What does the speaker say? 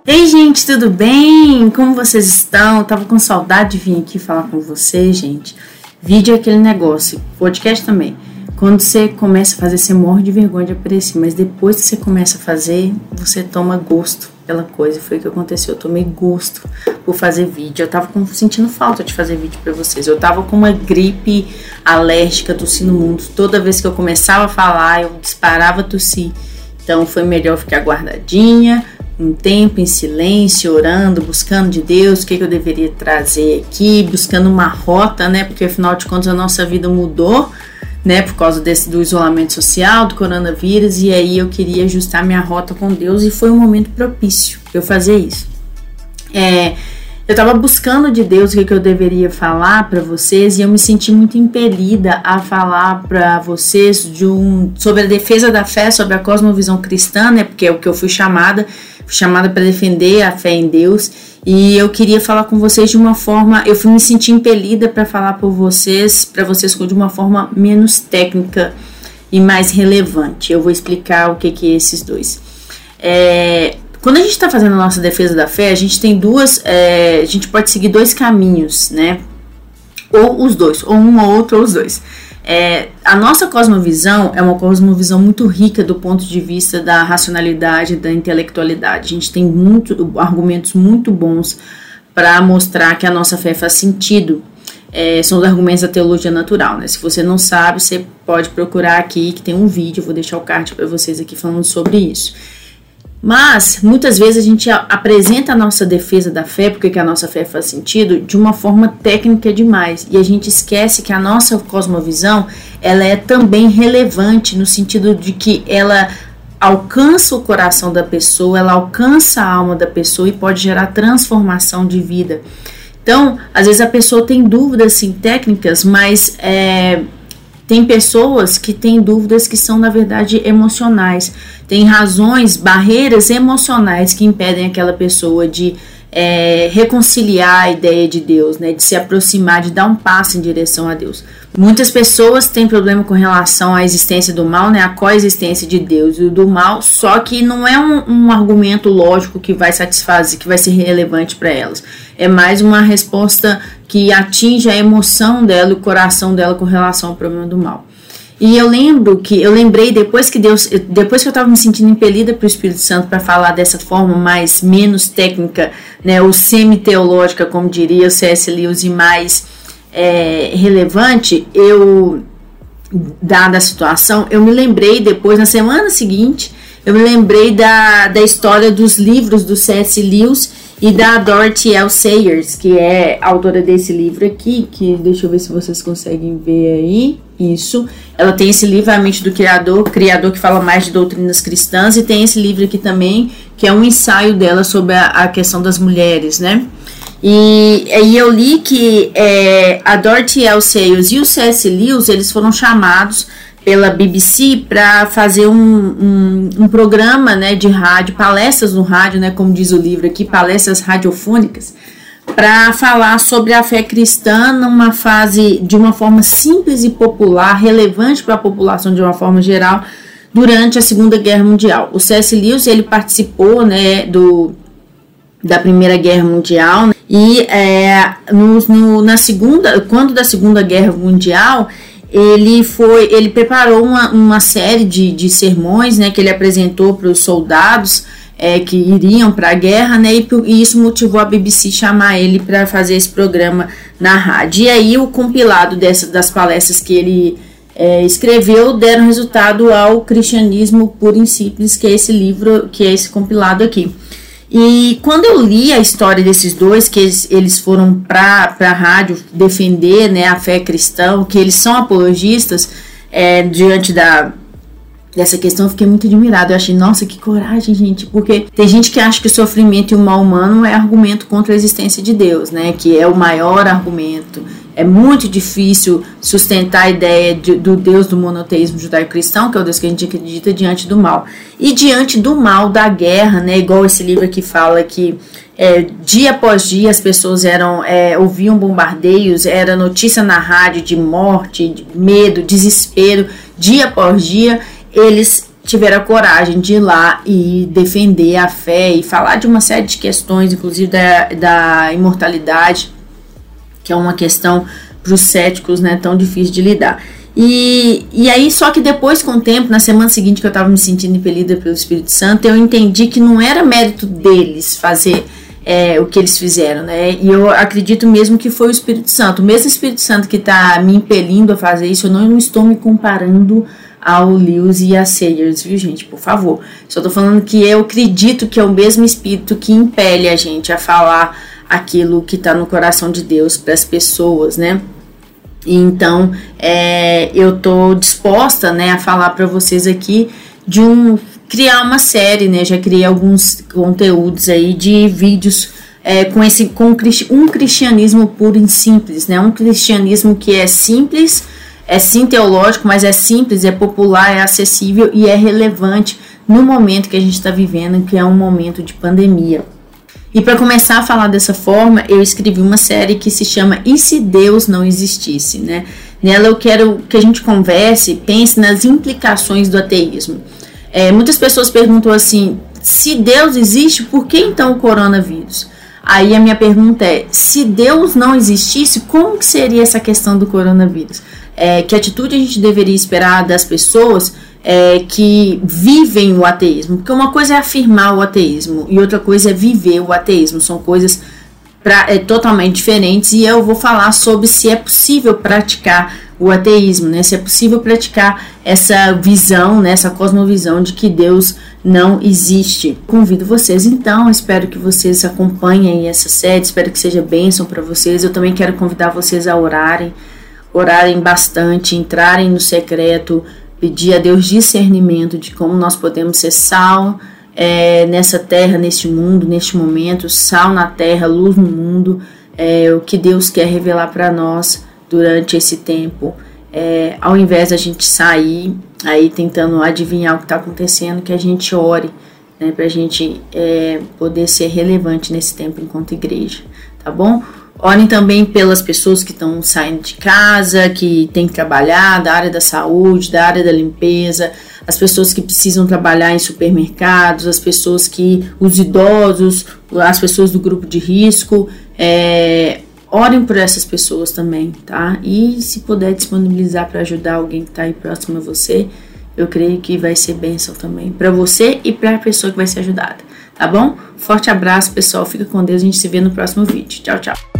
Ei, gente, tudo bem? Como vocês estão? Eu tava com saudade de vir aqui falar com vocês, gente. Vídeo é aquele negócio, podcast também. Quando você começa a fazer, você morre de vergonha de aparecer, mas depois que você começa a fazer, você toma gosto pela coisa. Foi o que aconteceu, eu tomei gosto por fazer vídeo. Eu tava sentindo falta de fazer vídeo pra vocês. Eu tava com uma gripe alérgica, tossindo muito. Toda vez que eu começava a falar, eu disparava a tossir. Então foi melhor ficar guardadinha, um tempo em silêncio, orando, buscando de Deus o que eu deveria trazer aqui, buscando uma rota, né? Porque afinal de contas a nossa vida mudou, né? Por causa do isolamento social, do coronavírus, e aí eu queria ajustar minha rota com Deus e foi um momento propício para eu fazer isso. Eu estava buscando de Deus o que eu deveria falar para vocês e eu me senti muito impelida a falar para vocês sobre a defesa da fé, sobre a cosmovisão cristã, né? Porque é o que eu fui chamada para defender a fé em Deus, e eu queria falar com vocês de uma forma, eu me senti impelida para falar para vocês de uma forma menos técnica e mais relevante. Eu vou explicar o que é esses dois. Quando a gente está fazendo a nossa defesa da fé, a gente tem a gente pode seguir dois caminhos, né? Ou os dois, ou um ou outro, ou os dois. A nossa cosmovisão é uma cosmovisão muito rica do ponto de vista da racionalidade, da intelectualidade. A gente tem argumentos muito bons para mostrar que a nossa fé faz sentido. São os argumentos da teologia natural, né? Se você não sabe, você pode procurar aqui, que tem um vídeo, eu vou deixar o card para vocês aqui falando sobre isso. Mas, muitas vezes a gente apresenta a nossa defesa da fé, porque a nossa fé faz sentido, de uma forma técnica demais. E a gente esquece que a nossa cosmovisão, ela é também relevante no sentido de que ela alcança o coração da pessoa, ela alcança a alma da pessoa e pode gerar transformação de vida. Então, às vezes a pessoa tem dúvidas, sim, técnicas, mas tem pessoas que têm dúvidas que são, na verdade, emocionais. Tem razões, barreiras emocionais que impedem aquela pessoa de reconciliar a ideia de Deus, né? De se aproximar, de dar um passo em direção a Deus. Muitas pessoas têm problema com relação à existência do mal, né? A coexistência de Deus e do mal, só que não é um argumento lógico que vai satisfazer, que vai ser relevante para elas. É mais uma resposta que atinge a emoção dela e o coração dela com relação ao problema do mal. E eu lembrei depois que eu estava me sentindo impelida para o Espírito Santo para falar dessa forma menos técnica, né, ou semi-teológica, como diria o C.S. Lewis, e mais relevante, dada a situação, eu me lembrei depois, na semana seguinte, eu me lembrei da história dos livros do C.S. Lewis e da Dorothy L. Sayers, que é autora desse livro aqui, que deixa eu ver se vocês conseguem ver aí, isso. Ela tem esse livro, A Mente do Criador que fala mais de doutrinas cristãs, e tem esse livro aqui também, que é um ensaio dela sobre a questão das mulheres, né? E eu li que a Dorothy L. Sayers e o C.S. Lewis, eles foram chamados pela BBC para fazer um programa, né, de rádio, palestras no rádio, né, como diz o livro aqui, palestras radiofônicas, para falar sobre a fé cristã numa fase, de uma forma simples e popular, relevante para a população de uma forma geral, durante a Segunda Guerra Mundial. O C.S. Lewis, ele participou, né, da Primeira Guerra Mundial, e quando da Segunda Guerra Mundial, ele preparou uma série de sermões, né, que ele apresentou para os soldados que iriam para a guerra, né, e isso motivou a BBC chamar ele para fazer esse programa na rádio. E aí o compilado das palestras que ele escreveu deram resultado ao Cristianismo Puro e Simples, que é esse livro, que é esse compilado aqui. E quando eu li a história desses dois, que eles foram para a rádio defender, né, a fé cristã, que eles são apologistas, diante dessa questão, eu fiquei muito admirada. Eu achei, nossa, que coragem, gente, porque tem gente que acha que o sofrimento e o mal humano é argumento contra a existência de Deus, né, que é o maior argumento. É muito difícil sustentar a ideia do Deus do monoteísmo judaico-cristão, que é o Deus que a gente acredita, diante do mal. E diante do mal da guerra, né, igual esse livro aqui fala que dia após dia as pessoas ouviam bombardeios, era notícia na rádio de morte, de medo, desespero. Dia após dia eles tiveram a coragem de ir lá e defender a fé e falar de uma série de questões, inclusive da imortalidade, que é uma questão para os céticos, né, tão difícil de lidar. E aí, só que depois, com o tempo, na semana seguinte que eu estava me sentindo impelida pelo Espírito Santo, eu entendi que não era mérito deles fazer o que eles fizeram, né? E eu acredito mesmo que foi o Espírito Santo. O mesmo Espírito Santo que está me impelindo a fazer isso, eu não estou me comparando ao Lewis e a Sayers, viu, gente? Por favor. Só tô falando que eu acredito que é o mesmo Espírito que impele a gente a falar aquilo que tá no coração de Deus para as pessoas, né? E então, eu tô disposta, né, a falar para vocês aqui criar uma série, né? Já criei alguns conteúdos aí de vídeos com um cristianismo puro e simples, né? Um cristianismo que é simples, é sim teológico, mas é simples, é popular, é acessível e é relevante no momento que a gente está vivendo, que é um momento de pandemia. E para começar a falar dessa forma, eu escrevi uma série que se chama E se Deus não existisse, né? Nela eu quero que a gente converse, pense nas implicações do ateísmo. Muitas pessoas perguntam assim, se Deus existe, por que então o coronavírus? Aí a minha pergunta é, se Deus não existisse, como que seria essa questão do coronavírus? Que atitude a gente deveria esperar das pessoas que vivem o ateísmo? Porque uma coisa é afirmar o ateísmo e outra coisa é viver o ateísmo. São coisas totalmente diferentes e eu vou falar sobre se é possível praticar o ateísmo, né? Se é possível praticar essa visão, né? Essa cosmovisão de que Deus não existe. Convido vocês então, espero que vocês acompanhem essa série, espero que seja bênção para vocês. Eu também quero convidar vocês a orarem bastante, entrarem no secreto, pedir a Deus discernimento de como nós podemos ser sal nessa terra, neste mundo, neste momento, sal na terra, luz no mundo, o que Deus quer revelar para nós durante esse tempo, ao invés da gente sair aí tentando adivinhar o que está acontecendo, que a gente ore, né, para a gente poder ser relevante nesse tempo enquanto igreja, tá bom? Orem também pelas pessoas que estão saindo de casa, que têm que trabalhar, da área da saúde, da área da limpeza, as pessoas que precisam trabalhar em supermercados, os idosos, as pessoas do grupo de risco. Orem por essas pessoas também, tá? E se puder disponibilizar para ajudar alguém que está aí próximo a você, eu creio que vai ser bênção também para você e para a pessoa que vai ser ajudada, tá bom? Forte abraço, pessoal. Fica com Deus. A gente se vê no próximo vídeo. Tchau, tchau.